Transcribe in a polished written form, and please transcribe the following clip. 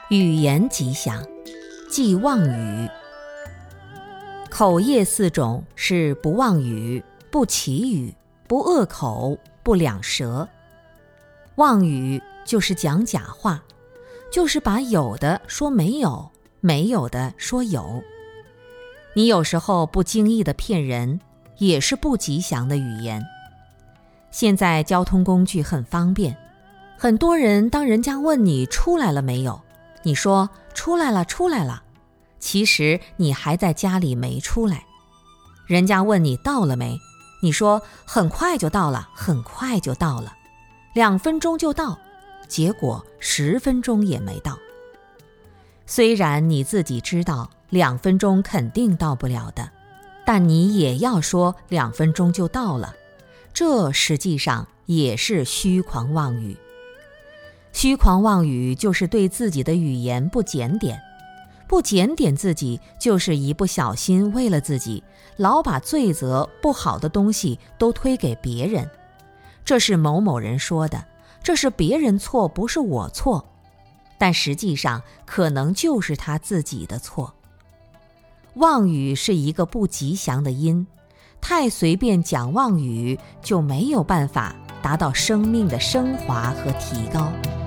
语言吉祥，忌妄语。口业4种是不妄语、不绮语、不恶口、不两舌。妄语就是讲假话，就是把有的说没有，没有的说有。你有时候不经意地骗人，也是不吉祥的语言。现在交通工具很方便，很多人当人家问你出来了没有，你说出来了出来了，其实你还在家里没出来。人家问你到了没，你说很快就到了，很快就到了，2分钟就到，结果10分钟也没到。虽然你自己知道2分钟肯定到不了的，但你也要说2分钟就到了，这实际上也是虚狂妄语。虚狂妄语就是对自己的语言不检点，不检点自己就是一不小心为了自己，老把罪责不好的东西都推给别人。这是某某人说的，这是别人错，不是我错，但实际上可能就是他自己的错。妄语是一个不吉祥的因，太随便讲妄语就没有办法达到生命的升华和提高。